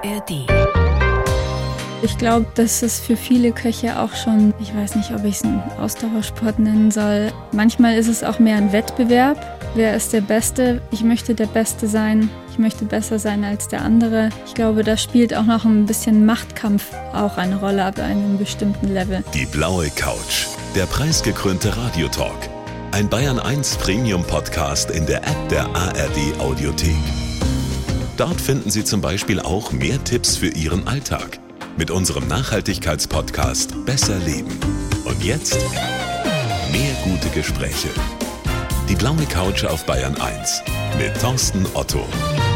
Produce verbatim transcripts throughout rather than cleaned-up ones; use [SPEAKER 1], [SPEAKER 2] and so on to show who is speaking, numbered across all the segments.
[SPEAKER 1] R D.
[SPEAKER 2] Ich glaube, dass es für viele Köche auch schon, ich weiß nicht, ob ich es einen Ausdauersport nennen soll. Manchmal ist es auch mehr ein Wettbewerb. Wer ist der Beste? Ich möchte der Beste sein. Ich möchte besser sein als der andere. Ich glaube, da spielt auch noch ein bisschen Machtkampf auch eine Rolle ab einem bestimmten Level.
[SPEAKER 3] Die blaue Couch, der preisgekrönte Radiotalk. Ein Bayern eins Premium-Podcast in der App der A R D Audiothek. Dort finden Sie zum Beispiel auch mehr Tipps für Ihren Alltag. Mit unserem Nachhaltigkeitspodcast Besser Leben. Und jetzt mehr gute Gespräche. Die blaue Couch auf Bayern eins mit Thorsten Otto.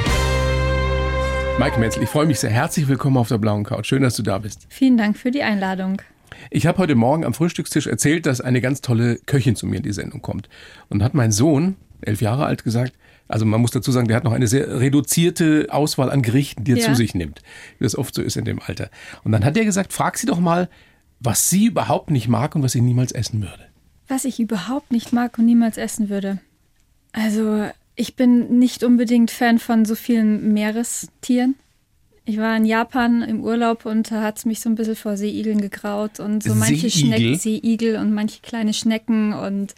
[SPEAKER 4] Maike Menzel, ich freue mich sehr. Herzlich willkommen auf der blauen Couch. Schön, dass du da bist.
[SPEAKER 2] Vielen Dank für die Einladung.
[SPEAKER 4] Ich habe heute Morgen am Frühstückstisch erzählt, dass eine ganz tolle Köchin zu mir in die Sendung kommt. Und hat mein Sohn, elf Jahre alt, gesagt, also man muss dazu sagen, der hat noch eine sehr reduzierte Auswahl an Gerichten, die er ja. zu sich nimmt, wie das oft so ist in dem Alter. Und dann hat er gesagt, frag sie doch mal, was sie überhaupt nicht mag und was sie niemals essen würde.
[SPEAKER 2] Was ich überhaupt nicht mag und niemals essen würde. Also ich bin nicht unbedingt Fan von so vielen Meerestieren. Ich war in Japan im Urlaub und da hat es mich so ein bisschen vor Seeigeln gegraut und so manche Schnecken, Seeigel und manche kleine Schnecken und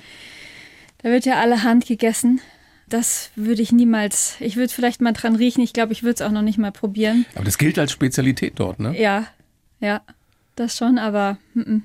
[SPEAKER 2] da wird ja allerhand gegessen. Das würde ich niemals, ich würde vielleicht mal dran riechen, ich glaube, ich würde es auch noch nicht mal probieren.
[SPEAKER 4] Aber das gilt als Spezialität dort, ne?
[SPEAKER 2] Ja, ja, das schon, aber... M-m.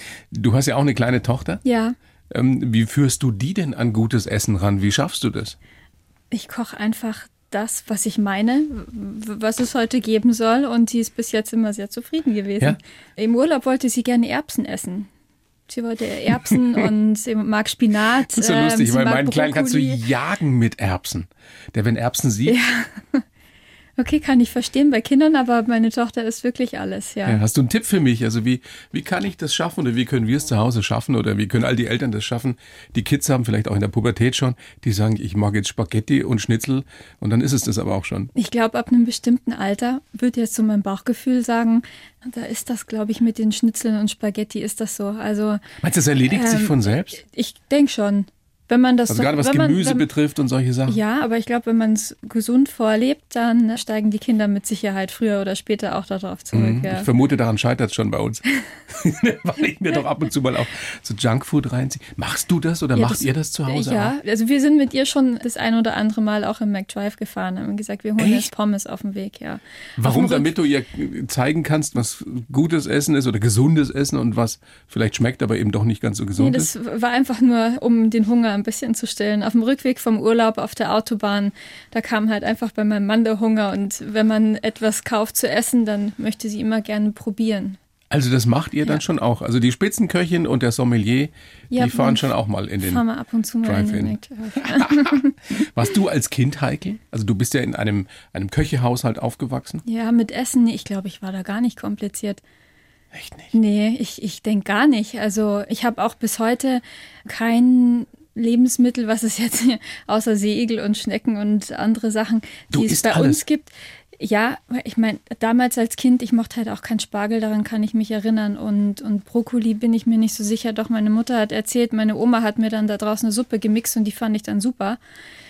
[SPEAKER 4] Du hast ja auch eine kleine Tochter.
[SPEAKER 2] Ja.
[SPEAKER 4] Ähm, wie führst du die denn an gutes Essen ran? Wie schaffst du das?
[SPEAKER 2] Ich koche einfach das, was ich meine, was es heute geben soll und sie ist bis jetzt immer sehr zufrieden gewesen.
[SPEAKER 4] Ja?
[SPEAKER 2] Im Urlaub wollte sie gerne Erbsen essen. Sie wollte Erbsen und sie mag Spinat.
[SPEAKER 4] Das ist so lustig,
[SPEAKER 2] ähm,
[SPEAKER 4] weil meinen
[SPEAKER 2] Brokkoli.
[SPEAKER 4] Kleinen kannst du jagen mit Erbsen. Der, wenn Erbsen sieht.
[SPEAKER 2] Ja. Okay, kann ich verstehen bei Kindern, aber meine Tochter isst wirklich alles, ja.
[SPEAKER 4] Ja, hast du einen Tipp für mich? Also wie, wie kann ich das schaffen oder wie können wir es zu Hause schaffen oder wie können all die Eltern das schaffen? Die Kids haben vielleicht auch in der Pubertät schon, die sagen, ich mag jetzt Spaghetti und Schnitzel und dann ist es das aber auch schon.
[SPEAKER 2] Ich glaube, ab einem bestimmten Alter, würde jetzt so mein Bauchgefühl sagen, da ist das, glaube ich, mit den Schnitzeln und Spaghetti ist das so. Also,
[SPEAKER 4] meinst du, das erledigt ähm, sich von selbst?
[SPEAKER 2] Ich denke schon. Wenn man das
[SPEAKER 4] also
[SPEAKER 2] doch,
[SPEAKER 4] gerade was
[SPEAKER 2] wenn man,
[SPEAKER 4] Gemüse
[SPEAKER 2] wenn,
[SPEAKER 4] betrifft und solche Sachen.
[SPEAKER 2] Ja, aber ich glaube, wenn man es gesund vorlebt, dann steigen die Kinder mit Sicherheit früher oder später auch darauf zurück.
[SPEAKER 4] Mhm.
[SPEAKER 2] Ja.
[SPEAKER 4] Ich vermute, daran scheitert es schon bei uns. Weil ich mir doch ab und zu mal auch so Junkfood reinziehe. Machst du das oder
[SPEAKER 2] ja,
[SPEAKER 4] macht
[SPEAKER 2] das,
[SPEAKER 4] ihr das zu Hause?
[SPEAKER 2] Ja, auch? Also wir sind mit ihr schon das ein oder andere Mal auch im McDrive gefahren. Haben gesagt, wir holen
[SPEAKER 4] Echt?
[SPEAKER 2] jetzt Pommes auf dem Weg. Ja.
[SPEAKER 4] Warum? Damit du ihr zeigen kannst, was gutes Essen ist oder gesundes Essen und was vielleicht schmeckt, aber eben doch nicht ganz so gesund
[SPEAKER 2] nee,
[SPEAKER 4] ist?
[SPEAKER 2] Das war einfach nur, um den Hunger ein bisschen zu stillen. Auf dem Rückweg vom Urlaub auf der Autobahn, da kam halt einfach bei meinem Mann der Hunger. Und wenn man etwas kauft zu essen, dann möchte sie immer gerne probieren.
[SPEAKER 4] Also das macht ihr dann
[SPEAKER 2] ja.
[SPEAKER 4] schon auch? Also die Spitzenköchin und der Sommelier,
[SPEAKER 2] ja,
[SPEAKER 4] die fahren schon auch mal in den
[SPEAKER 2] fahren wir ab und zu mal in den
[SPEAKER 4] McDrive. Warst du als Kind heikel? Also du bist ja in einem, einem Köchehaushalt aufgewachsen.
[SPEAKER 2] Ja, mit Essen, ich glaube, ich war da gar nicht kompliziert.
[SPEAKER 4] Echt nicht?
[SPEAKER 2] Nee, ich, ich denke gar nicht. Also ich habe auch bis heute kein Lebensmittel, was es jetzt außer Seeigel und Schnecken und andere Sachen, die es bei
[SPEAKER 4] alles.
[SPEAKER 2] uns gibt. Ja, ich meine, damals als Kind, ich mochte halt auch keinen Spargel, daran kann ich mich erinnern. Und, und Brokkoli bin ich mir nicht so sicher. Doch meine Mutter hat erzählt, meine Oma hat mir dann da draußen eine Suppe gemixt und die fand ich dann super.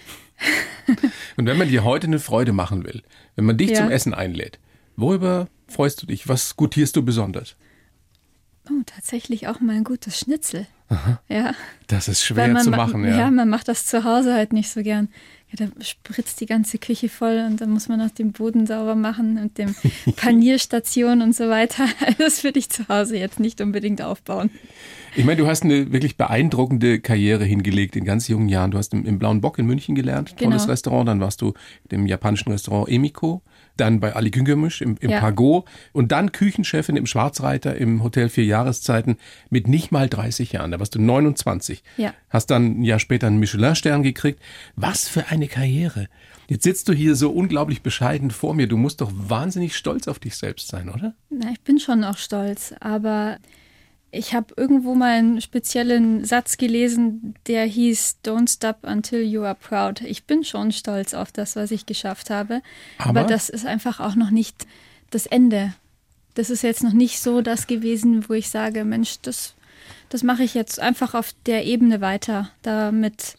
[SPEAKER 4] Und wenn man dir heute eine Freude machen will, wenn man dich
[SPEAKER 2] ja.
[SPEAKER 4] zum Essen einlädt, worüber freust du dich? Was gutierst du besonders?
[SPEAKER 2] Oh, tatsächlich auch mal ein gutes Schnitzel.
[SPEAKER 4] Aha.
[SPEAKER 2] Ja.
[SPEAKER 4] Das ist schwer zu machen, ja.
[SPEAKER 2] Ja, man macht das zu Hause halt nicht so gern. Ja, da spritzt die ganze Küche voll und dann muss man noch den Boden sauber machen und dem Panierstation und so weiter. Das würde ich zu Hause jetzt nicht unbedingt aufbauen.
[SPEAKER 4] Ich meine, du hast eine wirklich beeindruckende Karriere hingelegt in ganz jungen Jahren. Du hast im, im Blauen Bock in München gelernt, tolles
[SPEAKER 2] genau.
[SPEAKER 4] Restaurant. Dann warst du im japanischen Restaurant Emiko, dann bei Ali Güngermisch im, im
[SPEAKER 2] ja.
[SPEAKER 4] Pagot und dann Küchenchefin im Schwarzreiter im Hotel Vier Jahreszeiten mit nicht mal dreißig Jahren. Da warst du neunundzwanzig.
[SPEAKER 2] Ja.
[SPEAKER 4] Hast dann ein Jahr später einen Michelin-Stern gekriegt. Was für eine Karriere. Jetzt sitzt du hier so unglaublich bescheiden vor mir. Du musst doch wahnsinnig stolz auf dich selbst sein, oder?
[SPEAKER 2] Na, ich bin schon auch stolz, aber ich habe irgendwo mal einen speziellen Satz gelesen, der hieß Don't stop until you are proud. Ich bin schon stolz auf das, was ich geschafft habe, aber, aber das ist einfach auch noch nicht das Ende. Das ist jetzt noch nicht so das gewesen, wo ich sage, Mensch, das, das mache ich jetzt einfach auf der Ebene weiter. Damit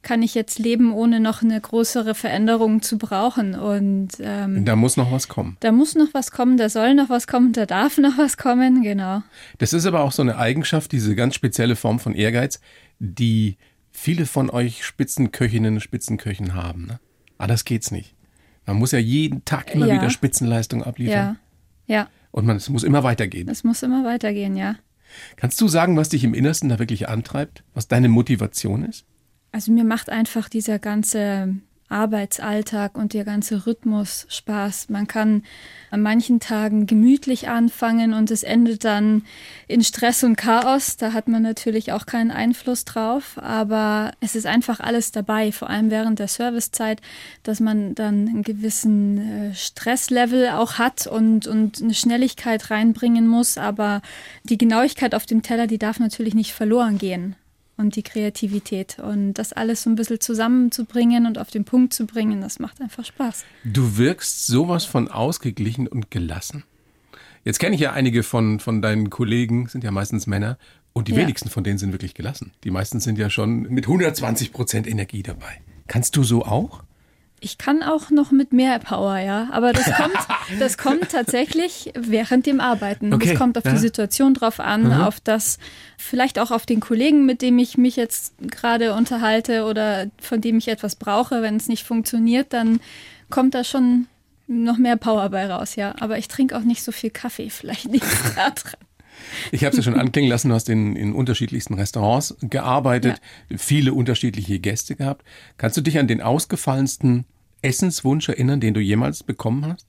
[SPEAKER 2] kann ich jetzt leben, ohne noch eine größere Veränderung zu brauchen. Und ähm,
[SPEAKER 4] da muss noch was kommen.
[SPEAKER 2] Da muss noch was kommen, da soll noch was kommen, da darf noch was kommen, genau.
[SPEAKER 4] Das ist aber auch so eine Eigenschaft, diese ganz spezielle Form von Ehrgeiz, die viele von euch Spitzenköchinnen, Spitzenköchen haben. Ne? Anders geht's nicht. Man muss ja jeden Tag immer ja. wieder Spitzenleistung abliefern.
[SPEAKER 2] Ja, ja.
[SPEAKER 4] Und man, es muss immer weitergehen.
[SPEAKER 2] Es muss immer weitergehen, ja.
[SPEAKER 4] Kannst du sagen, was dich im Innersten da wirklich antreibt? Was deine Motivation ist?
[SPEAKER 2] Also mir macht einfach dieser ganze Arbeitsalltag und der ganze Rhythmus Spaß. Man kann an manchen Tagen gemütlich anfangen und es endet dann in Stress und Chaos. Da hat man natürlich auch keinen Einfluss drauf, aber es ist einfach alles dabei, vor allem während der Servicezeit, dass man dann einen gewissen Stresslevel auch hat und, und eine Schnelligkeit reinbringen muss, aber die Genauigkeit auf dem Teller, die darf natürlich nicht verloren gehen. Und die Kreativität. Und das alles so ein bisschen zusammenzubringen und auf den Punkt zu bringen, das macht einfach Spaß.
[SPEAKER 4] Du wirkst sowas von ausgeglichen und gelassen. Jetzt kenne ich ja einige von, von deinen Kollegen, sind ja meistens Männer, und die ja. wenigsten von denen sind wirklich gelassen. Die meisten sind ja schon mit hundertzwanzig Prozent Energie dabei. Kannst du so auch?
[SPEAKER 2] Ich kann auch noch mit mehr Power, ja. Aber das kommt, das kommt tatsächlich während dem Arbeiten.
[SPEAKER 4] Okay.
[SPEAKER 2] Das kommt auf ja. die Situation drauf an, mhm. auf das, vielleicht auch auf den Kollegen, mit dem ich mich jetzt gerade unterhalte oder von dem ich etwas brauche. Wenn es nicht funktioniert, dann kommt da schon noch mehr Power bei raus, ja. Aber ich trinke auch nicht so viel Kaffee, vielleicht nicht da dran.
[SPEAKER 4] Ich habe es ja schon anklingen lassen, du hast in, in unterschiedlichsten Restaurants gearbeitet, ja. viele unterschiedliche Gäste gehabt. Kannst du dich an den ausgefallensten Essenswunsch erinnern, den du jemals bekommen hast?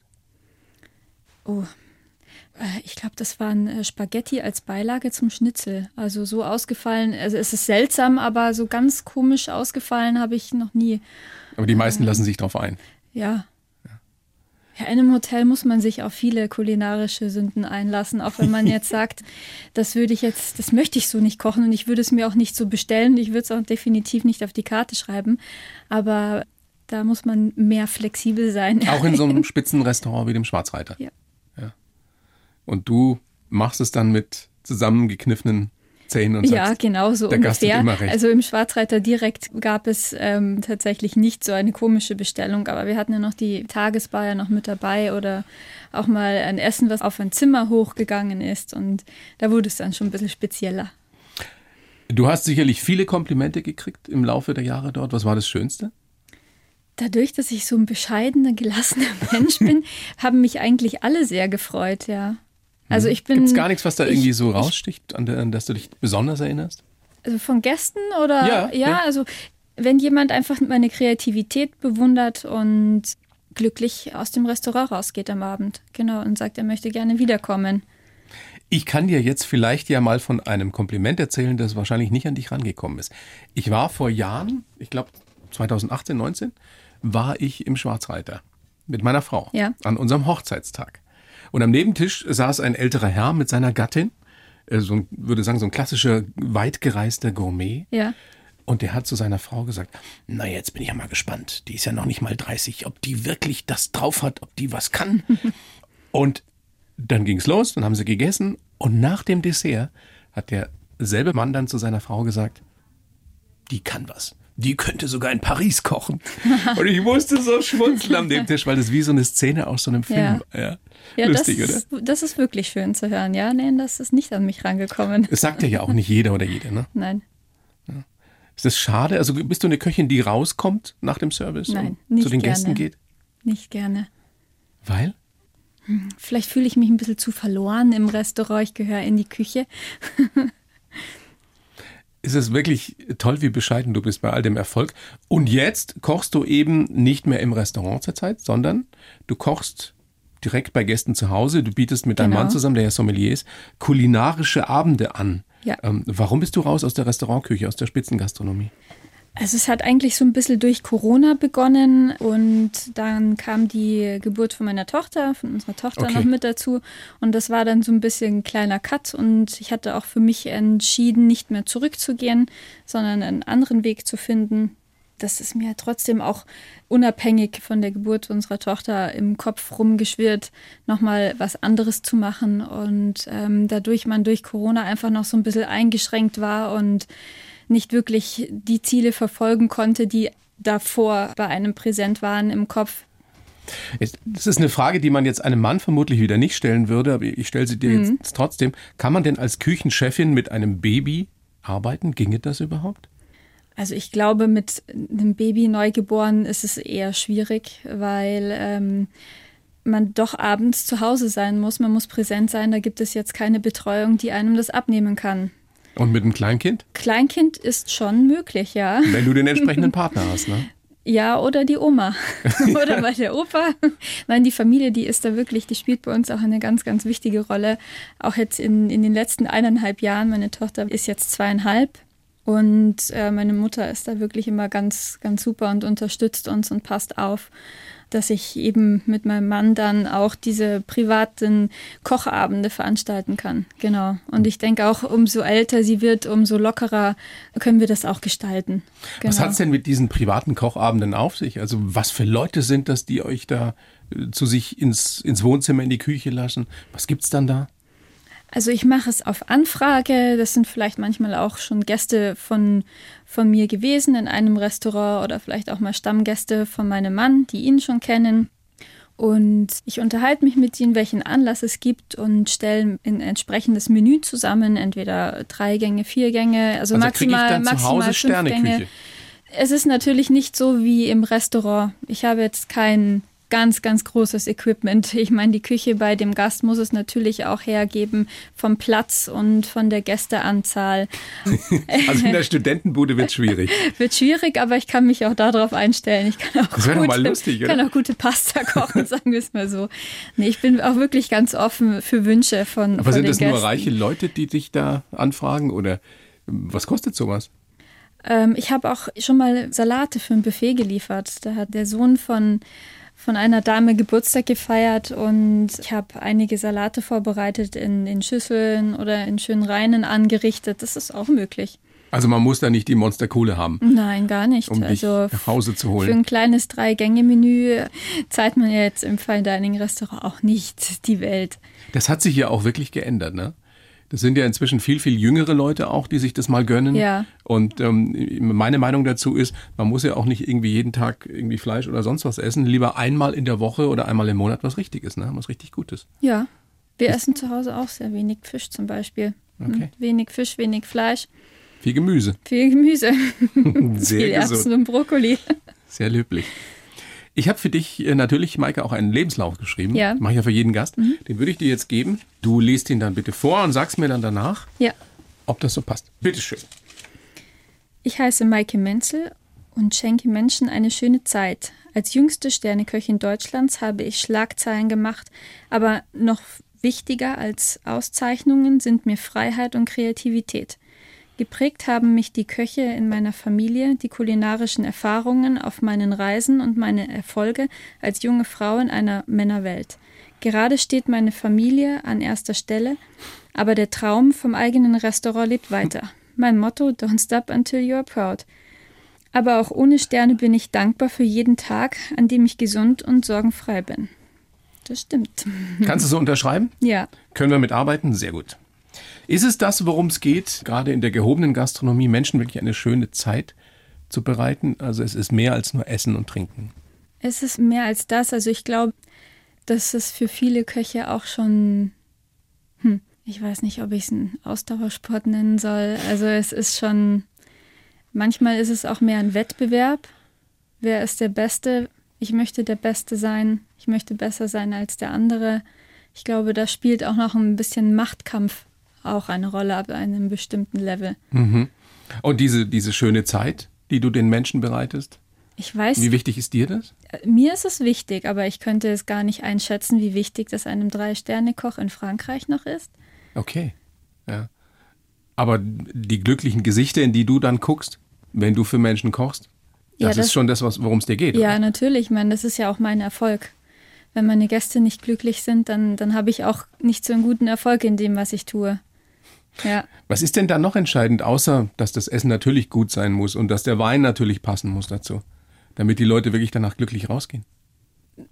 [SPEAKER 2] Oh, ich glaube, das waren Spaghetti als Beilage zum Schnitzel. Also so ausgefallen, also es ist seltsam, aber so ganz komisch ausgefallen habe ich noch nie.
[SPEAKER 4] Aber die meisten äh, lassen sich drauf ein.
[SPEAKER 2] Ja. Ja, in einem Hotel muss man sich auf viele kulinarische Sünden einlassen, auch wenn man jetzt sagt, das würde ich jetzt, das möchte ich so nicht kochen und ich würde es mir auch nicht so bestellen. Ich würde es auch definitiv nicht auf die Karte schreiben. Aber da muss man mehr flexibel sein.
[SPEAKER 4] Auch in so einem Spitzenrestaurant wie dem Schwarzreiter.
[SPEAKER 2] Ja.
[SPEAKER 4] ja. Und du machst es dann mit zusammengekniffenen Zähnen und
[SPEAKER 2] ja,
[SPEAKER 4] sagst,
[SPEAKER 2] genau so
[SPEAKER 4] der Gast
[SPEAKER 2] ungefähr.
[SPEAKER 4] hat immer recht.
[SPEAKER 2] Also im Schwarzreiter direkt gab es ähm, tatsächlich nicht so eine komische Bestellung, aber wir hatten ja noch die Tagesbar ja noch mit dabei oder auch mal ein Essen, was auf ein Zimmer hochgegangen ist und da wurde es dann schon ein bisschen spezieller.
[SPEAKER 4] Du hast sicherlich viele Komplimente gekriegt im Laufe der Jahre dort. Was war das Schönste?
[SPEAKER 2] Dadurch, dass ich so ein bescheidener, gelassener Mensch bin, haben mich eigentlich alle sehr gefreut, ja. Also ich bin.
[SPEAKER 4] Gibt es gar nichts, was da
[SPEAKER 2] ich,
[SPEAKER 4] irgendwie so raussticht, an, der, an das du dich besonders erinnerst?
[SPEAKER 2] Also von Gästen oder?
[SPEAKER 4] Ja,
[SPEAKER 2] ja,
[SPEAKER 4] ja,
[SPEAKER 2] also wenn jemand einfach meine Kreativität bewundert und glücklich aus dem Restaurant rausgeht am Abend, genau, und sagt, er möchte gerne wiederkommen.
[SPEAKER 4] Ich kann dir jetzt vielleicht ja mal von einem Kompliment erzählen, das wahrscheinlich nicht an dich rangekommen ist. Ich war vor Jahren, ich glaube zweitausendachtzehn, neunzehn, war ich im Schwarzreiter mit meiner Frau
[SPEAKER 2] ja.
[SPEAKER 4] an unserem Hochzeitstag. Und am Nebentisch saß ein älterer Herr mit seiner Gattin, so ein, würde sagen, so ein klassischer, weitgereister Gourmet.
[SPEAKER 2] Ja.
[SPEAKER 4] Und der hat zu seiner Frau gesagt, na jetzt bin ich ja mal gespannt, die ist ja noch nicht mal dreißig, ob die wirklich das drauf hat, ob die was kann. Und dann ging's los, dann haben sie gegessen und nach dem Dessert hat derselbe Mann dann zu seiner Frau gesagt, die kann was. Die könnte sogar in Paris kochen. Und ich musste so schmunzeln an dem Tisch, weil das wie so eine Szene aus so einem Film.
[SPEAKER 2] Ja,
[SPEAKER 4] ja.
[SPEAKER 2] ja
[SPEAKER 4] lustig,
[SPEAKER 2] das,
[SPEAKER 4] oder?
[SPEAKER 2] Das ist wirklich schön zu hören. Ja, nee, das ist nicht an mich rangekommen.
[SPEAKER 4] Das sagt ja auch nicht jeder oder jede, ne?
[SPEAKER 2] Nein.
[SPEAKER 4] Ja. Ist das schade? Also bist du eine Köchin, die rauskommt nach dem Service
[SPEAKER 2] Nein,
[SPEAKER 4] und
[SPEAKER 2] nicht
[SPEAKER 4] zu den
[SPEAKER 2] gerne.
[SPEAKER 4] Gästen geht?
[SPEAKER 2] Nicht gerne.
[SPEAKER 4] Weil?
[SPEAKER 2] Hm, vielleicht fühle ich mich ein bisschen zu verloren im Restaurant. Ich gehöre in die Küche.
[SPEAKER 4] Ist es wirklich toll, wie bescheiden du bist bei all dem Erfolg. Und jetzt kochst du eben nicht mehr im Restaurant zurzeit, sondern du kochst direkt bei Gästen zu Hause. Du bietest mit deinem
[SPEAKER 2] genau.
[SPEAKER 4] Mann zusammen, der ja Sommelier ist, kulinarische Abende an.
[SPEAKER 2] Ja.
[SPEAKER 4] Ähm, warum bist du raus aus der Restaurantküche, aus der Spitzengastronomie?
[SPEAKER 2] Also es hat eigentlich so ein bisschen durch Corona begonnen und dann kam die Geburt von meiner Tochter, von unserer Tochter
[SPEAKER 4] okay.
[SPEAKER 2] noch mit dazu und das war dann so ein bisschen ein kleiner Cut und ich hatte auch für mich entschieden, nicht mehr zurückzugehen, sondern einen anderen Weg zu finden. Das ist mir trotzdem auch unabhängig von der Geburt unserer Tochter im Kopf rumgeschwirrt, nochmal was anderes zu machen und ähm, dadurch man durch Corona einfach noch so ein bisschen eingeschränkt war und nicht wirklich die Ziele verfolgen konnte, die davor bei einem präsent waren im Kopf.
[SPEAKER 4] Das ist eine Frage, die man jetzt einem Mann vermutlich wieder nicht stellen würde, aber ich stelle sie dir mhm. jetzt trotzdem. Kann man denn als Küchenchefin mit einem Baby arbeiten? Ginge das überhaupt?
[SPEAKER 2] Also ich glaube, mit einem Baby neugeboren ist es eher schwierig, weil ähm, man doch abends zu Hause sein muss. Man muss präsent sein. Da gibt es jetzt keine Betreuung, die einem das abnehmen kann.
[SPEAKER 4] Und mit einem Kleinkind?
[SPEAKER 2] Kleinkind ist schon möglich, ja.
[SPEAKER 4] Wenn du den entsprechenden Partner hast, ne?
[SPEAKER 2] Ja, oder die Oma oder bei der Opa. Nein, die Familie, die ist da wirklich, die spielt bei uns auch eine ganz, ganz wichtige Rolle. Auch jetzt in, in den letzten eineinhalb Jahren. Meine Tochter ist jetzt zweieinhalb und äh, meine Mutter ist da wirklich immer ganz, ganz super und unterstützt uns und passt auf, dass ich eben mit meinem Mann dann auch diese privaten Kochabende veranstalten kann. Genau. Und ich denke auch, umso älter sie wird, umso lockerer können wir das auch gestalten. Genau.
[SPEAKER 4] Was hat es denn mit diesen privaten Kochabenden auf sich? Also was für Leute sind das, die euch da äh, zu sich ins, ins Wohnzimmer, in die Küche lassen? Was gibt's dann da?
[SPEAKER 2] Also ich mache es auf Anfrage. Das sind vielleicht manchmal auch schon Gäste von, von mir gewesen in einem Restaurant oder vielleicht auch mal Stammgäste von meinem Mann, die ihn schon kennen. Und ich unterhalte mich mit ihnen, welchen Anlass es gibt und stelle ein entsprechendes Menü zusammen, entweder drei Gänge, vier Gänge, also, also maximal,
[SPEAKER 4] dann
[SPEAKER 2] maximal
[SPEAKER 4] zu Hause
[SPEAKER 2] fünf Gänge. Es ist natürlich nicht so wie im Restaurant. Ich habe jetzt kein ganz, ganz großes Equipment. Ich meine, die Küche bei dem Gast muss es natürlich auch hergeben vom Platz und von der Gästeanzahl.
[SPEAKER 4] Also in der Studentenbude wird es schwierig.
[SPEAKER 2] Wird schwierig, aber ich kann mich auch darauf einstellen. Ich kann auch,
[SPEAKER 4] das wäre
[SPEAKER 2] gute,
[SPEAKER 4] doch mal lustig, oder?
[SPEAKER 2] kann auch gute Pasta kochen, sagen wir es mal so. Nee, ich bin auch wirklich ganz offen für Wünsche von,
[SPEAKER 4] aber
[SPEAKER 2] von
[SPEAKER 4] sind
[SPEAKER 2] den
[SPEAKER 4] das
[SPEAKER 2] Gästen.
[SPEAKER 4] Nur reiche Leute, die dich da anfragen oder was kostet sowas?
[SPEAKER 2] Ähm, ich habe auch schon mal Salate für ein Buffet geliefert. Da hat der Sohn von von einer Dame Geburtstag gefeiert und ich habe einige Salate vorbereitet in, in Schüsseln oder in schönen Reinen angerichtet. Das ist auch möglich.
[SPEAKER 4] Also man muss da nicht die Monsterkohle haben?
[SPEAKER 2] Nein, gar nicht.
[SPEAKER 4] Um dich
[SPEAKER 2] also
[SPEAKER 4] nach Hause zu holen.
[SPEAKER 2] Für ein kleines Drei-Gänge-Menü zahlt man ja jetzt im Fine Dining Restaurant auch nicht die Welt.
[SPEAKER 4] Das hat sich ja auch wirklich geändert, ne? Das sind ja inzwischen viel, viel jüngere Leute auch, die sich das mal gönnen.
[SPEAKER 2] Ja.
[SPEAKER 4] Und ähm, meine Meinung dazu ist, man muss ja auch nicht irgendwie jeden Tag irgendwie Fleisch oder sonst was essen. Lieber einmal in der Woche oder einmal im Monat was Richtiges, ne? Was richtig Gutes.
[SPEAKER 2] Ja, wir essen zu Hause auch sehr wenig Fisch zum Beispiel.
[SPEAKER 4] Okay.
[SPEAKER 2] Wenig Fisch, wenig Fleisch.
[SPEAKER 4] Viel Gemüse.
[SPEAKER 2] Viel Gemüse.
[SPEAKER 4] Sehr
[SPEAKER 2] Viel
[SPEAKER 4] gesund.
[SPEAKER 2] Erbsen und Brokkoli.
[SPEAKER 4] Sehr löblich. Ich habe für dich äh, natürlich, Maike, auch einen Lebenslauf geschrieben.
[SPEAKER 2] Ja.
[SPEAKER 4] Mache ich ja für jeden Gast.
[SPEAKER 2] Mhm.
[SPEAKER 4] Den würde ich dir jetzt geben. Du liest ihn dann bitte vor und sagst mir dann danach,
[SPEAKER 2] ja.
[SPEAKER 4] ob das so passt. Bitteschön.
[SPEAKER 2] Ich heiße Maike Menzel und schenke Menschen eine schöne Zeit. Als jüngste Sterneköchin Deutschlands habe ich Schlagzeilen gemacht, aber noch wichtiger als Auszeichnungen sind mir Freiheit und Kreativität. Geprägt haben mich die Köche in meiner Familie, die kulinarischen Erfahrungen auf meinen Reisen und meine Erfolge als junge Frau in einer Männerwelt. Gerade steht meine Familie an erster Stelle, aber der Traum vom eigenen Restaurant lebt weiter. Mein Motto, don't stop until you're proud. Aber auch ohne Sterne bin ich dankbar für jeden Tag, an dem ich gesund und sorgenfrei bin. Das stimmt.
[SPEAKER 4] Kannst du so unterschreiben?
[SPEAKER 2] Ja.
[SPEAKER 4] Können wir mitarbeiten? Sehr gut. Ist es das, worum es geht, gerade in der gehobenen Gastronomie, Menschen wirklich eine schöne Zeit zu bereiten? Also es ist mehr als nur Essen und Trinken.
[SPEAKER 2] Es ist mehr als das. Also ich glaube, dass es für viele Köche auch schon, hm, ich weiß nicht, ob ich es einen Ausdauersport nennen soll. Also es ist schon, manchmal ist es auch mehr ein Wettbewerb. Wer ist der Beste? Ich möchte der Beste sein. Ich möchte besser sein als der andere. Ich glaube, da spielt auch noch ein bisschen Machtkampf auch eine Rolle ab einem bestimmten Level.
[SPEAKER 4] Mhm. Und diese, diese schöne Zeit, die du den Menschen bereitest?
[SPEAKER 2] Ich weiß.
[SPEAKER 4] Wie wichtig ist dir das?
[SPEAKER 2] Mir ist es wichtig, aber ich könnte es gar nicht einschätzen, wie wichtig das einem Drei-Sterne-Koch in Frankreich noch ist.
[SPEAKER 4] Okay, ja. Aber die glücklichen Gesichter, in die du dann guckst, wenn du für Menschen kochst, das, ja, das ist schon das, worum es dir geht,
[SPEAKER 2] ja,
[SPEAKER 4] oder?
[SPEAKER 2] Natürlich. Ich meine, das ist ja auch mein Erfolg. Wenn meine Gäste nicht glücklich sind, dann, dann habe ich auch nicht so einen guten Erfolg in dem, was ich tue. Ja.
[SPEAKER 4] Was ist denn da noch entscheidend, außer dass das Essen natürlich gut sein muss und dass der Wein natürlich passen muss dazu, damit die Leute wirklich danach glücklich rausgehen?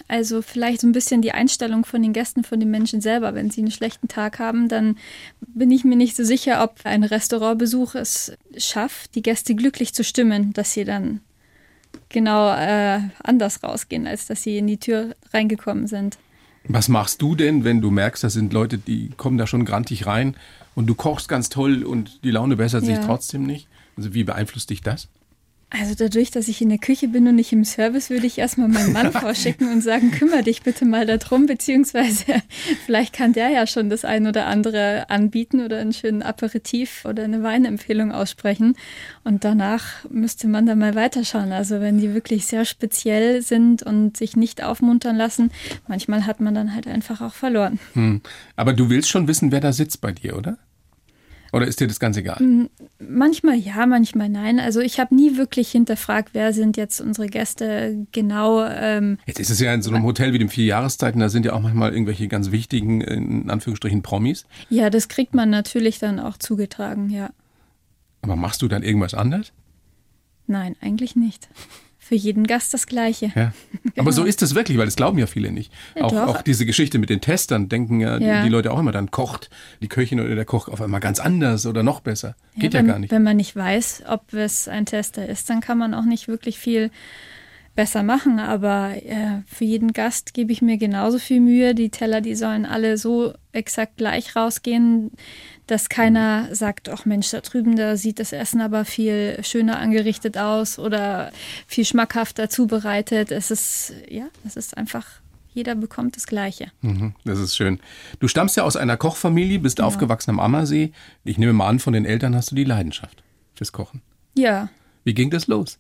[SPEAKER 2] Also vielleicht so ein bisschen die Einstellung von den Gästen, von den Menschen selber. Wenn sie einen schlechten Tag haben, dann bin ich mir nicht so sicher, ob ein Restaurantbesuch es schafft, die Gäste glücklich zu stimmen, dass sie dann genau äh, anders rausgehen, als dass sie in die Tür reingekommen sind.
[SPEAKER 4] Was machst du denn, wenn du merkst, das sind Leute, die kommen da schon grantig rein und du kochst ganz toll und die Laune bessert
[SPEAKER 2] Ja.
[SPEAKER 4] sich trotzdem nicht? Also wie beeinflusst dich das?
[SPEAKER 2] Also dadurch, dass ich in der Küche bin und nicht im Service, würde ich erstmal meinen Mann vorschicken und sagen, kümmere dich bitte mal darum, beziehungsweise vielleicht kann der ja schon das ein oder andere anbieten oder einen schönen Aperitif oder eine Weinempfehlung aussprechen. Und danach müsste man dann mal weiterschauen. Also wenn die wirklich sehr speziell sind und sich nicht aufmuntern lassen, manchmal hat man dann halt einfach auch verloren.
[SPEAKER 4] Hm. Aber du willst schon wissen, wer da sitzt bei dir, oder? Oder ist dir das ganz egal?
[SPEAKER 2] Manchmal ja, manchmal nein. Also ich habe nie wirklich hinterfragt, wer sind jetzt unsere Gäste genau. Ähm
[SPEAKER 4] Jetzt ist es ja in so einem Hotel wie dem Vier Jahreszeiten, da sind ja auch manchmal irgendwelche ganz wichtigen, in Anführungsstrichen, Promis.
[SPEAKER 2] Ja, das kriegt man natürlich dann auch zugetragen, ja.
[SPEAKER 4] Aber machst du dann irgendwas anders?
[SPEAKER 2] Nein, eigentlich nicht. Für jeden Gast das Gleiche.
[SPEAKER 4] Ja. Aber so ist es wirklich, weil das glauben ja viele nicht.
[SPEAKER 2] Ja,
[SPEAKER 4] auch,
[SPEAKER 2] doch.
[SPEAKER 4] auch diese Geschichte mit den Testern denken ja,
[SPEAKER 2] Ja.
[SPEAKER 4] Die, die Leute auch immer, dann kocht die Köchin oder der Koch auf einmal ganz anders oder noch besser. Geht ja,
[SPEAKER 2] wenn,
[SPEAKER 4] gar nicht.
[SPEAKER 2] Wenn man nicht weiß, ob es ein Tester ist, dann kann man auch nicht wirklich viel besser machen. Aber äh, für jeden Gast gebe ich mir genauso viel Mühe. Die Teller, die sollen alle so exakt gleich rausgehen, dass keiner sagt, ach Mensch, da drüben, da sieht das Essen aber viel schöner angerichtet aus oder viel schmackhafter zubereitet. Es ist, ja, es ist einfach, jeder bekommt das Gleiche.
[SPEAKER 4] Mhm, das ist schön. Du stammst ja aus einer Kochfamilie, bist
[SPEAKER 2] Ja.
[SPEAKER 4] aufgewachsen am Ammersee. Ich nehme mal an, von den Eltern hast du die Leidenschaft fürs Kochen.
[SPEAKER 2] Ja,
[SPEAKER 4] Wie ging das los?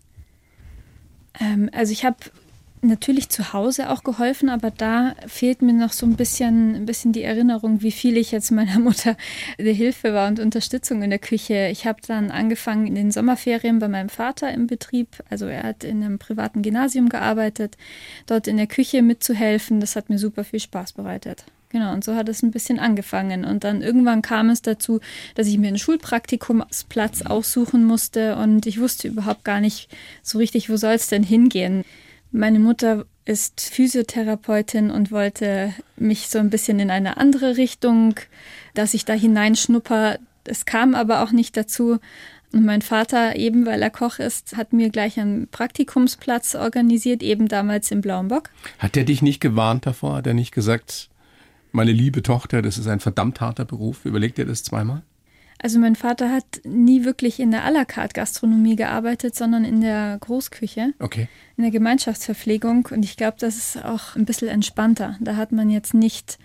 [SPEAKER 2] ähm, also ich habe natürlich zu Hause auch geholfen, aber da fehlt mir noch so ein bisschen, ein bisschen die Erinnerung, wie viel ich jetzt meiner Mutter der Hilfe war und Unterstützung in der Küche. Ich habe dann angefangen in den Sommerferien bei meinem Vater im Betrieb. Also er hat in einem privaten Gymnasium gearbeitet, dort in der Küche mitzuhelfen. Das hat mir super viel Spaß bereitet. Genau, und so hat es ein bisschen angefangen. Und dann irgendwann kam es dazu, dass ich mir einen Schulpraktikumsplatz aussuchen musste und ich wusste überhaupt gar nicht so richtig, wo soll es denn hingehen. Meine Mutter ist Physiotherapeutin und wollte mich so ein bisschen in eine andere Richtung, dass ich da hineinschnupper. Es kam aber auch nicht dazu. Und mein Vater, eben weil er Koch ist, hat mir gleich einen Praktikumsplatz organisiert, eben damals im Blauen Bock.
[SPEAKER 4] Hat der dich nicht gewarnt davor? Hat er nicht gesagt, meine liebe Tochter, das ist ein verdammt harter Beruf? Überleg dir das zweimal?
[SPEAKER 2] Also mein Vater hat nie wirklich in der à la carte Gastronomie gearbeitet, sondern in der Großküche,
[SPEAKER 4] Okay.
[SPEAKER 2] in der Gemeinschaftsverpflegung. Und ich glaube, das ist auch ein bisschen entspannter. Da hat man jetzt nicht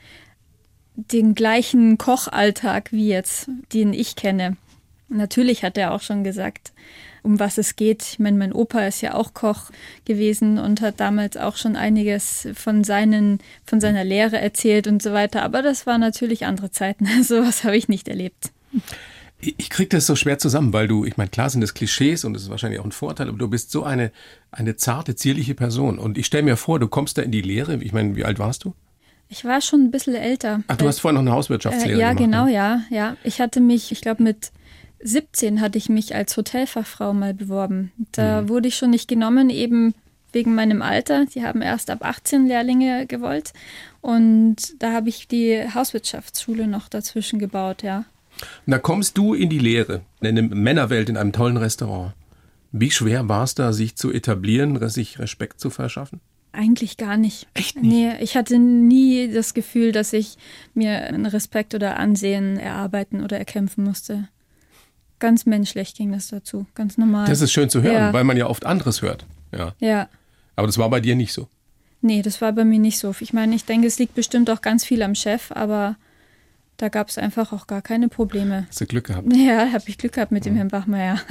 [SPEAKER 2] den gleichen Kochalltag wie jetzt, den ich kenne. Natürlich hat er auch schon gesagt, um was es geht. Ich meine, mein Opa ist ja auch Koch gewesen und hat damals auch schon einiges von, seinen, von seiner Lehre erzählt und so weiter. Aber das waren natürlich andere Zeiten. Sowas habe ich nicht erlebt.
[SPEAKER 4] Ich kriege das so schwer zusammen, weil du, ich meine, klar sind das Klischees und das ist wahrscheinlich auch ein Vorteil, aber du bist so eine, eine zarte, zierliche Person. Und ich stelle mir vor, du kommst da in die Lehre. Ich meine, wie alt warst du?
[SPEAKER 2] Ich war schon ein bisschen älter.
[SPEAKER 4] Ach, du hast vorher noch eine Hauswirtschaftslehre
[SPEAKER 2] äh, ja,
[SPEAKER 4] gemacht.
[SPEAKER 2] genau,
[SPEAKER 4] ne?
[SPEAKER 2] ja, ja. Ich hatte mich, ich glaube mit siebzehn hatte ich mich als Hotelfachfrau mal beworben. Da mhm. wurde ich schon nicht genommen, eben wegen meinem Alter. Die haben erst ab achtzehn Lehrlinge gewollt. Und da habe ich die Hauswirtschaftsschule noch dazwischen gebaut, ja.
[SPEAKER 4] Und da kommst du in die Lehre, in der Männerwelt, in einem tollen Restaurant. Wie schwer war es da, sich zu etablieren, sich Respekt zu verschaffen?
[SPEAKER 2] Eigentlich gar nicht.
[SPEAKER 4] Echt nicht?
[SPEAKER 2] Nee, ich hatte nie das Gefühl, dass ich mir einen Respekt oder Ansehen erarbeiten oder erkämpfen musste. Ganz menschlich ging das dazu, ganz normal.
[SPEAKER 4] Das ist schön zu hören,
[SPEAKER 2] ja.
[SPEAKER 4] weil man ja oft anderes hört. Ja.
[SPEAKER 2] ja.
[SPEAKER 4] Aber das war bei dir nicht so?
[SPEAKER 2] Nee, das war bei mir nicht so. Ich meine, ich denke, es liegt bestimmt auch ganz viel am Chef, aber da gab es einfach auch gar keine Probleme.
[SPEAKER 4] Hast du Glück gehabt?
[SPEAKER 2] Ja, habe ich Glück gehabt mit dem Herrn Bachmeier.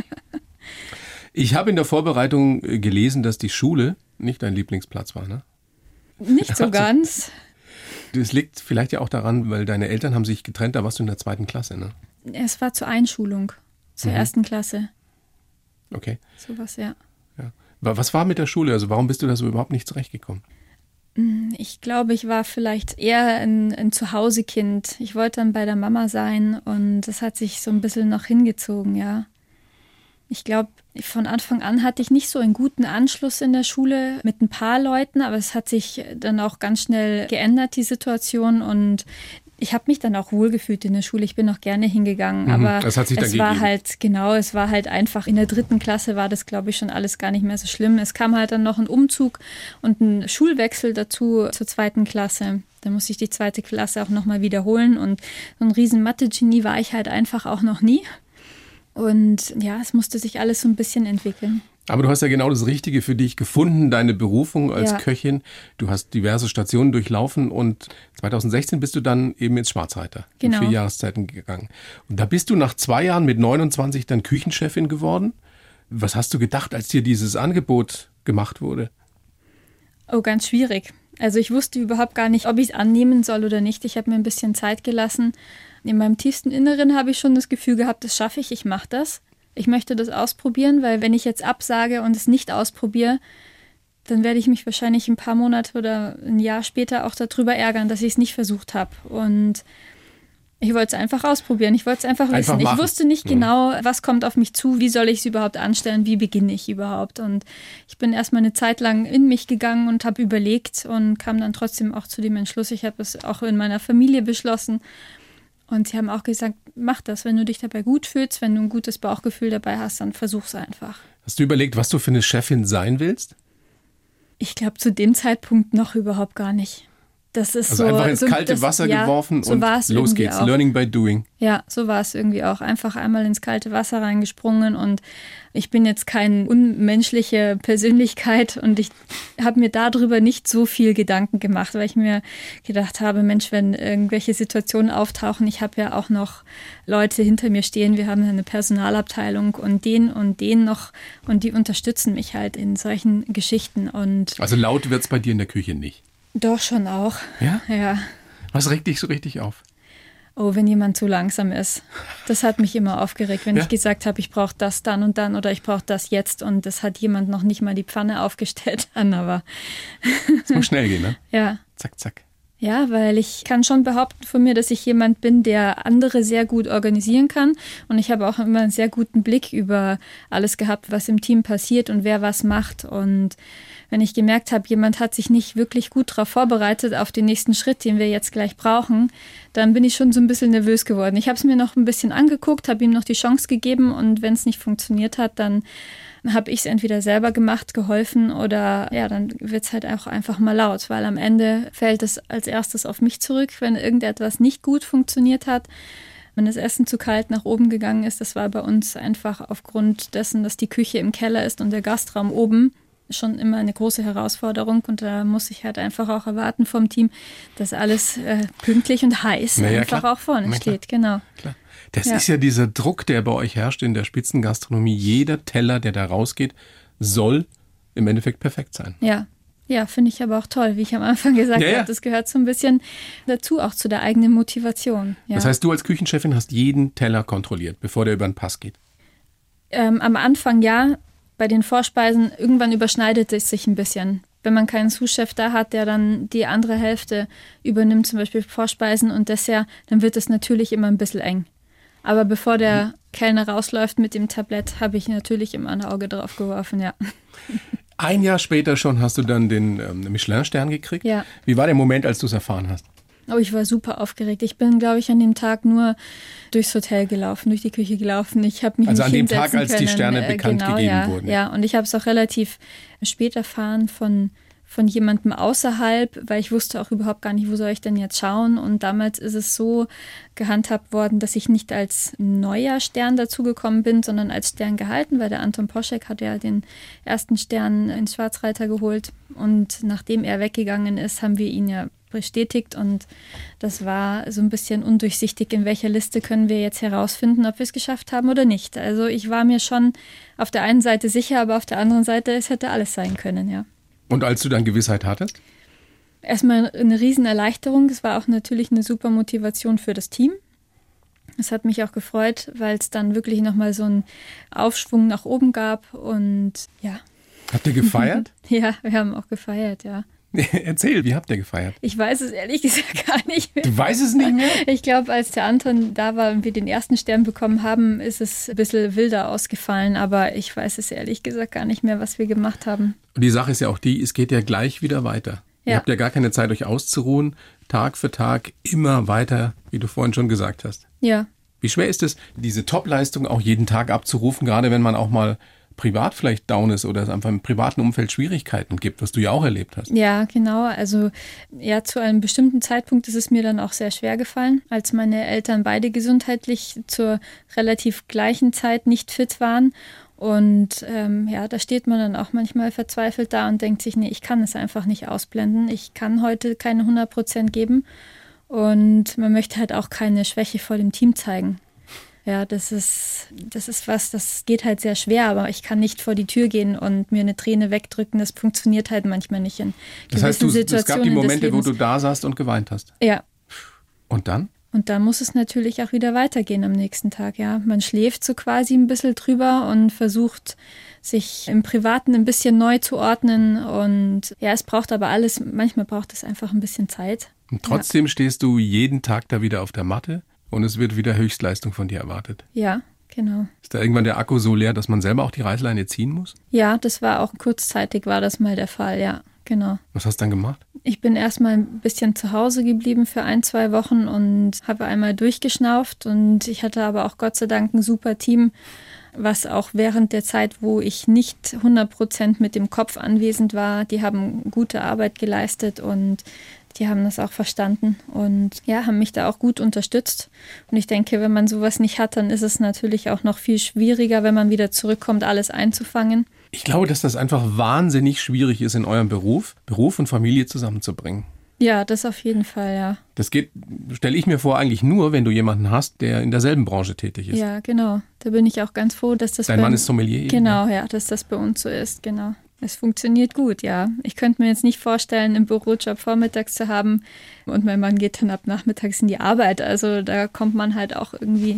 [SPEAKER 4] Ich habe in der Vorbereitung gelesen, dass die Schule nicht dein Lieblingsplatz war, ne?
[SPEAKER 2] Nicht so
[SPEAKER 4] Also,
[SPEAKER 2] ganz.
[SPEAKER 4] Das liegt vielleicht ja auch daran, weil deine Eltern haben sich getrennt, da warst du in der zweiten Klasse, ne?
[SPEAKER 2] Es war zur Einschulung, zur
[SPEAKER 4] Mhm.
[SPEAKER 2] ersten Klasse.
[SPEAKER 4] Okay.
[SPEAKER 2] Sowas, ja.
[SPEAKER 4] Ja. Was war mit der Schule? Also warum bist du da so überhaupt nicht zurechtgekommen?
[SPEAKER 2] Ich glaube, ich war vielleicht eher ein, ein Zuhausekind. Ich wollte dann bei der Mama sein und das hat sich so ein bisschen noch hingezogen, ja. Ich glaube, Von Anfang an hatte ich nicht so einen guten Anschluss in der Schule mit ein paar Leuten, aber es hat sich dann auch ganz schnell geändert, die Situation. Und ich habe mich dann auch wohlgefühlt in der Schule. Ich bin auch gerne hingegangen,
[SPEAKER 4] Mhm,
[SPEAKER 2] aber
[SPEAKER 4] das hat sich dann
[SPEAKER 2] es war
[SPEAKER 4] gegeben.
[SPEAKER 2] halt, genau, es war halt einfach, in der dritten Klasse war das, glaube ich, schon alles gar nicht mehr so schlimm. Es kam halt dann noch ein Umzug und ein Schulwechsel dazu zur zweiten Klasse. Da musste ich die zweite Klasse auch nochmal wiederholen und so ein riesen Mathe-Genie war ich halt einfach auch noch nie. Und ja, es musste sich alles so ein bisschen entwickeln.
[SPEAKER 4] Aber du hast ja genau das Richtige für dich gefunden, deine Berufung als
[SPEAKER 2] Ja.
[SPEAKER 4] Köchin. Du hast diverse Stationen durchlaufen und zweitausendsechzehn bist du dann eben ins Schwarzreiter
[SPEAKER 2] Genau.
[SPEAKER 4] in vier Jahreszeiten gegangen. Und da bist du nach zwei Jahren mit neunundzwanzig dann Küchenchefin geworden. Was hast du gedacht, als dir dieses Angebot gemacht wurde?
[SPEAKER 2] Oh, ganz schwierig. Also ich wusste überhaupt gar nicht, ob ich es annehmen soll oder nicht. Ich habe mir ein bisschen Zeit gelassen. In meinem tiefsten Inneren habe ich schon das Gefühl gehabt, das schaffe ich, ich mache das. Ich möchte das ausprobieren, weil wenn ich jetzt absage und es nicht ausprobiere, dann werde ich mich wahrscheinlich ein paar Monate oder ein Jahr später auch darüber ärgern, dass ich es nicht versucht habe. Und ich wollte es einfach ausprobieren. Ich wollte es einfach,
[SPEAKER 4] Einfach
[SPEAKER 2] wissen. Ich
[SPEAKER 4] machen.
[SPEAKER 2] wusste nicht genau, was kommt auf mich zu, wie soll ich es überhaupt anstellen, wie beginne ich überhaupt. Und ich bin erstmal eine Zeit lang in mich gegangen und habe überlegt und kam dann trotzdem auch zu dem Entschluss. Ich habe es auch in meiner Familie beschlossen. Und sie haben auch gesagt, mach das, wenn du dich dabei gut fühlst, wenn du ein gutes Bauchgefühl dabei hast, dann versuch's einfach.
[SPEAKER 4] Hast du überlegt, was du für eine Chefin sein willst?
[SPEAKER 2] Ich glaube, zu dem Zeitpunkt noch überhaupt gar nicht. Das ist
[SPEAKER 4] Also
[SPEAKER 2] so,
[SPEAKER 4] einfach ins
[SPEAKER 2] so,
[SPEAKER 4] kalte
[SPEAKER 2] das,
[SPEAKER 4] Wasser
[SPEAKER 2] ja,
[SPEAKER 4] geworfen
[SPEAKER 2] so
[SPEAKER 4] und
[SPEAKER 2] war es
[SPEAKER 4] los
[SPEAKER 2] irgendwie
[SPEAKER 4] geht's.
[SPEAKER 2] auch.
[SPEAKER 4] Learning by doing.
[SPEAKER 2] Ja, so war es irgendwie auch. Einfach einmal ins kalte Wasser reingesprungen und ich bin jetzt keine unmenschliche Persönlichkeit und ich habe mir darüber nicht so viel Gedanken gemacht, weil ich mir gedacht habe, Mensch, wenn irgendwelche Situationen auftauchen, ich habe ja auch noch Leute hinter mir stehen, wir haben eine Personalabteilung und den und den noch und die unterstützen mich halt in solchen Geschichten und
[SPEAKER 4] Also laut wird's bei dir in der Küche nicht.
[SPEAKER 2] doch schon auch.
[SPEAKER 4] Ja?
[SPEAKER 2] Ja.
[SPEAKER 4] Was regt dich so richtig auf?
[SPEAKER 2] Oh, wenn jemand zu langsam ist. Das hat mich immer aufgeregt, wenn
[SPEAKER 4] Ja.
[SPEAKER 2] ich gesagt habe, ich brauche das dann und dann oder ich brauche das jetzt und das hat jemand noch nicht mal die Pfanne aufgestellt an, aber
[SPEAKER 4] Es muss schnell gehen, ne?
[SPEAKER 2] ja.
[SPEAKER 4] Zack, zack.
[SPEAKER 2] Ja, weil ich kann schon behaupten von mir, dass ich jemand bin, der andere sehr gut organisieren kann. Und ich habe auch immer einen sehr guten Blick über alles gehabt, was im Team passiert und wer was macht. Und wenn ich gemerkt habe, jemand hat sich nicht wirklich gut darauf vorbereitet auf den nächsten Schritt, den wir jetzt gleich brauchen, dann bin ich schon so ein bisschen nervös geworden. Ich habe es mir noch ein bisschen angeguckt, habe ihm noch die Chance gegeben und wenn es nicht funktioniert hat, dann habe ich es entweder selber gemacht, geholfen oder ja, dann wird es halt auch einfach mal laut, weil am Ende fällt es als erstes auf mich zurück, wenn irgendetwas nicht gut funktioniert hat. Wenn das Essen zu kalt nach oben gegangen ist, das war bei uns einfach aufgrund dessen, dass die Küche im Keller ist und der Gastraum oben, schon immer eine große Herausforderung und da muss ich halt einfach auch erwarten vom Team, dass alles äh, pünktlich und heiß
[SPEAKER 4] Na ja,
[SPEAKER 2] einfach
[SPEAKER 4] klar.
[SPEAKER 2] auch vorne
[SPEAKER 4] Na klar.
[SPEAKER 2] steht, genau.
[SPEAKER 4] Klar. Das
[SPEAKER 2] Ja.
[SPEAKER 4] ist ja dieser Druck, der bei euch herrscht in der Spitzengastronomie. Jeder Teller, der da rausgeht, soll im Endeffekt perfekt sein.
[SPEAKER 2] Ja, ja, finde ich aber auch toll, wie ich am Anfang gesagt
[SPEAKER 4] Ja, ja.
[SPEAKER 2] habe. Das gehört so ein bisschen dazu, auch zu der eigenen Motivation. Ja.
[SPEAKER 4] Das heißt, du als Küchenchefin hast jeden Teller kontrolliert, bevor der über den Pass geht.
[SPEAKER 2] ähm, am Anfang ja, bei den Vorspeisen, irgendwann überschneidet es sich ein bisschen. Wenn man keinen Sous-Chef da hat, der dann die andere Hälfte übernimmt, zum Beispiel Vorspeisen und Dessert, dann wird es natürlich immer ein bisschen eng. Aber bevor der Kellner rausläuft mit dem Tablett, habe ich natürlich immer ein Auge drauf geworfen, ja.
[SPEAKER 4] Ein Jahr später schon hast du dann den ähm, Michelin-Stern gekriegt.
[SPEAKER 2] Ja.
[SPEAKER 4] Wie war der Moment, als du es erfahren hast?
[SPEAKER 2] Oh, ich war super aufgeregt. Ich bin, glaube ich, an dem Tag nur durchs Hotel gelaufen, durch die Küche gelaufen. Ich habe mich
[SPEAKER 4] Also
[SPEAKER 2] nicht
[SPEAKER 4] an dem
[SPEAKER 2] hinsetzen
[SPEAKER 4] Tag, als die
[SPEAKER 2] können.
[SPEAKER 4] Sterne
[SPEAKER 2] Äh,
[SPEAKER 4] bekannt
[SPEAKER 2] genau,
[SPEAKER 4] gegeben
[SPEAKER 2] ja,
[SPEAKER 4] wurden.
[SPEAKER 2] Ja, und ich habe es auch relativ spät erfahren von, von jemandem außerhalb, weil ich wusste auch überhaupt gar nicht, wo soll ich denn jetzt schauen. Und damals ist es so gehandhabt worden, dass ich nicht als neuer Stern dazugekommen bin, sondern als Stern gehalten, weil der Anton Poschek hat ja den ersten Stern ins Schwarzreiter geholt. Und nachdem er weggegangen ist, haben wir ihn ja bestätigt und das war so ein bisschen undurchsichtig, in welcher Liste können wir jetzt herausfinden, ob wir es geschafft haben oder nicht. Also ich war mir schon auf der einen Seite sicher, aber auf der anderen Seite, es hätte alles sein können, ja.
[SPEAKER 4] Und als du dann Gewissheit hattest?
[SPEAKER 2] Erstmal eine Riesenerleichterung. Es war auch natürlich eine super Motivation für das Team. Es hat mich auch gefreut, weil es dann wirklich nochmal so einen Aufschwung nach oben gab und ja.
[SPEAKER 4] Habt ihr gefeiert?
[SPEAKER 2] Ja, wir haben auch gefeiert, ja.
[SPEAKER 4] Erzähl, wie habt ihr gefeiert?
[SPEAKER 2] Ich weiß es ehrlich gesagt gar nicht mehr.
[SPEAKER 4] Du weißt es nicht mehr?
[SPEAKER 2] Ich glaube, als der Anton da war und wir den ersten Stern bekommen haben, ist es ein bisschen wilder ausgefallen. Aber ich weiß es ehrlich gesagt gar nicht mehr, was wir gemacht haben.
[SPEAKER 4] Und die Sache ist ja auch die, es geht ja gleich wieder weiter. Ja. Ihr habt ja gar keine Zeit, euch auszuruhen. Tag für Tag immer weiter, wie du vorhin schon gesagt hast.
[SPEAKER 2] Ja.
[SPEAKER 4] Wie schwer ist es, diese Top-Leistung auch jeden Tag abzurufen, gerade wenn man auch mal privat vielleicht down ist oder es einfach im privaten Umfeld Schwierigkeiten gibt, was du ja auch erlebt hast.
[SPEAKER 2] Ja, genau. Also ja, zu einem bestimmten Zeitpunkt ist es mir dann auch sehr schwer gefallen, als meine Eltern beide gesundheitlich zur relativ gleichen Zeit nicht fit waren. Und ähm, ja, da steht man dann auch manchmal verzweifelt da und denkt sich, nee, ich kann es einfach nicht ausblenden. Ich kann heute keine hundert Prozent geben. Und man möchte halt auch keine Schwäche vor dem Team zeigen. Ja, das ist, das ist was, das geht halt sehr schwer, aber ich kann nicht vor die Tür gehen und mir eine Träne wegdrücken. Das funktioniert halt manchmal nicht in
[SPEAKER 4] das heißt, du, es gab die Momente, wo du da saßt und geweint hast?
[SPEAKER 2] Ja.
[SPEAKER 4] Und dann?
[SPEAKER 2] Und dann muss es natürlich auch wieder weitergehen am nächsten Tag, ja. Man schläft so quasi ein bisschen drüber und versucht, sich im Privaten ein bisschen neu zu ordnen. Und ja, es braucht aber alles, manchmal braucht es einfach ein bisschen Zeit.
[SPEAKER 4] Und trotzdem ja. stehst du jeden Tag da wieder auf der Matte und es wird wieder Höchstleistung von dir erwartet.
[SPEAKER 2] Ja, genau.
[SPEAKER 4] Ist da irgendwann der Akku so leer, dass man selber auch die Reißleine ziehen muss?
[SPEAKER 2] Ja, das war auch kurzzeitig, war das mal der Fall, ja, genau.
[SPEAKER 4] Was hast du dann gemacht?
[SPEAKER 2] Ich bin erstmal ein bisschen zu Hause geblieben für ein, zwei Wochen und habe einmal durchgeschnauft. Und ich hatte aber auch Gott sei Dank ein super Team, was auch während der Zeit, wo ich nicht hundert Prozent mit dem Kopf anwesend war, die haben gute Arbeit geleistet und die haben das auch verstanden und ja, haben mich da auch gut unterstützt. Und ich denke, wenn man sowas nicht hat, dann ist es natürlich auch noch viel schwieriger, wenn man wieder zurückkommt, alles einzufangen.
[SPEAKER 4] Ich glaube, dass das einfach wahnsinnig schwierig ist, in eurem Beruf, Beruf und Familie zusammenzubringen.
[SPEAKER 2] Ja, das auf jeden Fall, ja.
[SPEAKER 4] Das geht, stelle ich mir vor, eigentlich nur, wenn du jemanden hast, der in derselben Branche tätig ist.
[SPEAKER 2] Ja, genau. Da bin ich auch ganz froh, dass das
[SPEAKER 4] Dein
[SPEAKER 2] bei,
[SPEAKER 4] Mann ist Sommelier?
[SPEAKER 2] Genau, ja, dass das bei uns so ist, genau. Es funktioniert gut, ja. Ich könnte mir jetzt nicht vorstellen, einen Bürojob vormittags zu haben und mein Mann geht dann ab nachmittags in die Arbeit. Also da kommt man halt auch irgendwie,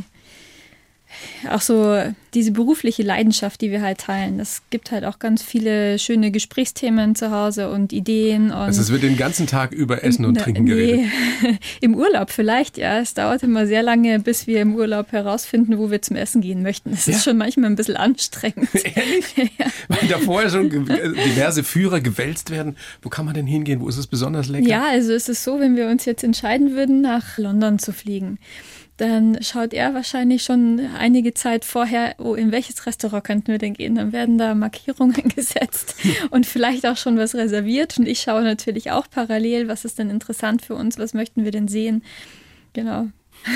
[SPEAKER 2] auch so diese berufliche Leidenschaft, die wir halt teilen. Das gibt halt auch ganz viele schöne Gesprächsthemen zu Hause und Ideen. Und
[SPEAKER 4] also es wird den ganzen Tag über Essen und Trinken geredet?
[SPEAKER 2] Nee. Im Urlaub vielleicht, ja. Es dauert immer sehr lange, bis wir im Urlaub herausfinden, wo wir zum Essen gehen möchten. Das ja? ist schon manchmal ein bisschen anstrengend.
[SPEAKER 4] Ehrlich? Ja. Weil da vorher schon diverse Führer gewälzt werden. Wo kann man denn hingehen? Wo ist es besonders lecker?
[SPEAKER 2] Ja, also es ist so, wenn wir uns jetzt entscheiden würden, nach London zu fliegen, dann schaut er wahrscheinlich schon einige Zeit vorher, oh, in welches Restaurant könnten wir denn gehen? Dann werden da Markierungen gesetzt und vielleicht auch schon was reserviert. Und ich schaue natürlich auch parallel, was ist denn interessant für uns, was möchten wir denn sehen? Genau.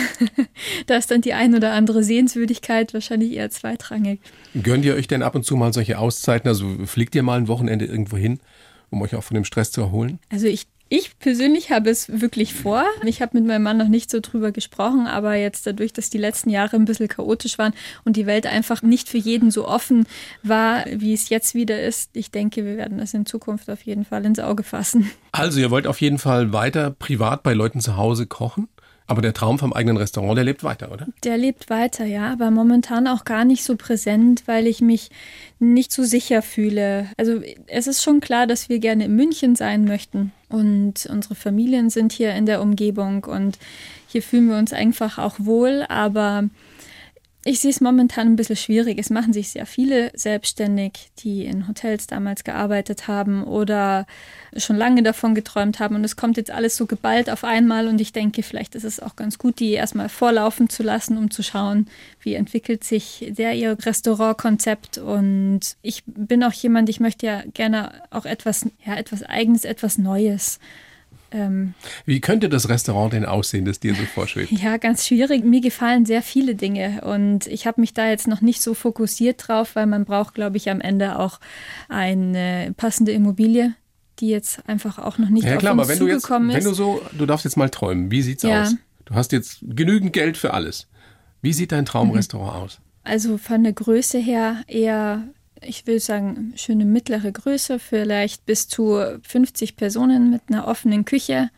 [SPEAKER 2] Da ist dann die ein oder andere Sehenswürdigkeit wahrscheinlich eher zweitrangig.
[SPEAKER 4] Gönnt ihr euch denn ab und zu mal solche Auszeiten? Also fliegt ihr mal ein Wochenende irgendwo hin, um euch auch von dem Stress zu erholen?
[SPEAKER 2] Also ich Ich persönlich habe es wirklich vor. Ich habe mit meinem Mann noch nicht so drüber gesprochen, aber jetzt dadurch, dass die letzten Jahre ein bisschen chaotisch waren und die Welt einfach nicht für jeden so offen war, wie es jetzt wieder ist, ich denke, wir werden das in Zukunft auf jeden Fall ins Auge fassen.
[SPEAKER 4] Also ihr wollt auf jeden Fall weiter privat bei Leuten zu Hause kochen? Aber der Traum vom eigenen Restaurant, der lebt weiter, oder?
[SPEAKER 2] Der lebt weiter, ja, aber momentan auch gar nicht so präsent, weil ich mich nicht so sicher fühle. Also es ist schon klar, dass wir gerne in München sein möchten und unsere Familien sind hier in der Umgebung und hier fühlen wir uns einfach auch wohl, aber ich sehe es momentan ein bisschen schwierig. Es machen sich sehr viele selbstständig, die in Hotels damals gearbeitet haben oder schon lange davon geträumt haben. Und es kommt jetzt alles so geballt auf einmal. Und ich denke, vielleicht ist es auch ganz gut, die erstmal vorlaufen zu lassen, um zu schauen, wie entwickelt sich der ihr Restaurantkonzept. Und ich bin auch jemand, ich möchte ja gerne auch etwas, ja, etwas Eigenes, etwas Neues.
[SPEAKER 4] Ähm, Wie könnte das Restaurant denn aussehen, das dir so vorschwebt?
[SPEAKER 2] Ja, ganz schwierig. Mir gefallen sehr viele Dinge und ich habe mich da jetzt noch nicht so fokussiert drauf, weil man braucht, glaube ich, am Ende auch eine passende Immobilie, die jetzt einfach auch noch nicht
[SPEAKER 4] ja,
[SPEAKER 2] auf
[SPEAKER 4] klar,
[SPEAKER 2] uns
[SPEAKER 4] aber wenn
[SPEAKER 2] zugekommen
[SPEAKER 4] du jetzt,
[SPEAKER 2] ist.
[SPEAKER 4] Wenn du so, du darfst jetzt mal träumen. Wie sieht's ja. aus? Du hast jetzt genügend Geld für alles. Wie sieht dein Traumrestaurant mhm. aus?
[SPEAKER 2] Also von der Größe her eher, ich will sagen, schöne mittlere Größe, vielleicht bis zu fünfzig Personen mit einer offenen Küche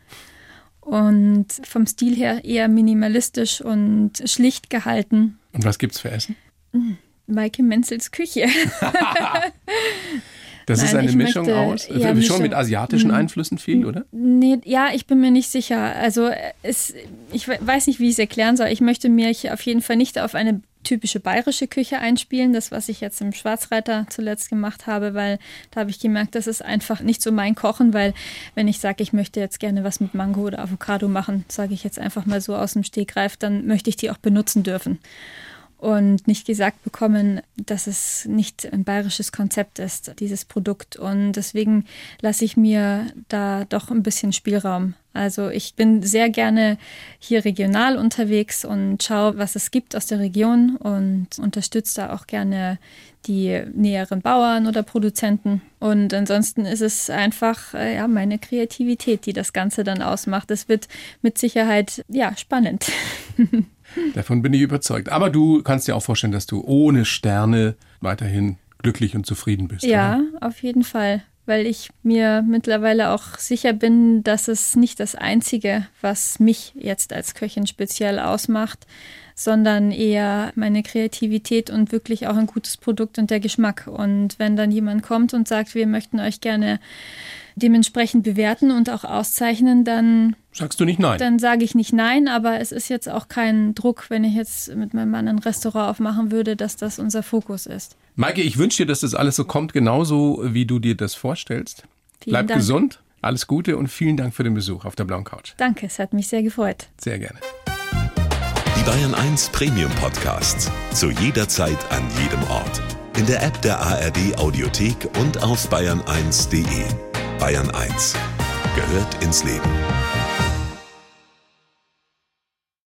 [SPEAKER 2] und vom Stil her eher minimalistisch und schlicht gehalten.
[SPEAKER 4] Und was gibt's für Essen?
[SPEAKER 2] Maike Menzels Küche.
[SPEAKER 4] Das
[SPEAKER 2] Nein,
[SPEAKER 4] ist eine Mischung
[SPEAKER 2] möchte,
[SPEAKER 4] aus,
[SPEAKER 2] ja,
[SPEAKER 4] schon
[SPEAKER 2] Mischung.
[SPEAKER 4] mit asiatischen hm. Einflüssen viel, oder?
[SPEAKER 2] Nee, ja, ich bin mir nicht sicher. Also es, ich weiß nicht, wie ich es erklären soll. Ich möchte mich auf jeden Fall nicht auf eine typische bayerische Küche einspielen, das, was ich jetzt im Schwarzreiter zuletzt gemacht habe, weil da habe ich gemerkt, das ist einfach nicht so mein Kochen, weil wenn ich sage, ich möchte jetzt gerne was mit Mango oder Avocado machen, sage ich jetzt einfach mal so aus dem Stegreif, dann möchte ich die auch benutzen dürfen. Und nicht gesagt bekommen, dass es nicht ein bayerisches Konzept ist, dieses Produkt. Und deswegen lasse ich mir da doch ein bisschen Spielraum. Also ich bin sehr gerne hier regional unterwegs und schaue, was es gibt aus der Region und unterstütze da auch gerne die näheren Bauern oder Produzenten. Und ansonsten ist es einfach ja, meine Kreativität, die das Ganze dann ausmacht. Es wird mit Sicherheit ja, spannend.
[SPEAKER 4] Davon bin ich überzeugt. Aber du kannst dir auch vorstellen, dass du ohne Sterne weiterhin glücklich und zufrieden bist.
[SPEAKER 2] Ja,
[SPEAKER 4] oder?
[SPEAKER 2] Auf jeden Fall. Weil ich mir mittlerweile auch sicher bin, dass es nicht das Einzige, was mich jetzt als Köchin speziell ausmacht, sondern eher meine Kreativität und wirklich auch ein gutes Produkt und der Geschmack. Und wenn dann jemand kommt und sagt, wir möchten euch gerne dementsprechend bewerten und auch auszeichnen, dann
[SPEAKER 4] sagst du nicht nein.
[SPEAKER 2] Dann sage ich nicht nein, aber es ist jetzt auch kein Druck, wenn ich jetzt mit meinem Mann ein Restaurant aufmachen würde, dass das unser Fokus ist.
[SPEAKER 4] Maike, ich wünsche dir, dass das alles so kommt, genauso wie du dir das vorstellst.
[SPEAKER 2] Vielen
[SPEAKER 4] Bleib
[SPEAKER 2] Dank.
[SPEAKER 4] gesund, alles Gute und vielen Dank für den Besuch auf der Blauen Couch.
[SPEAKER 2] Danke, es hat mich sehr gefreut.
[SPEAKER 4] Sehr gerne.
[SPEAKER 3] Die Bayern eins Premium Podcasts. Zu jeder Zeit, an jedem Ort. In der App der A R D Audiothek und auf bayern eins punkt de. Bayern eins gehört ins Leben.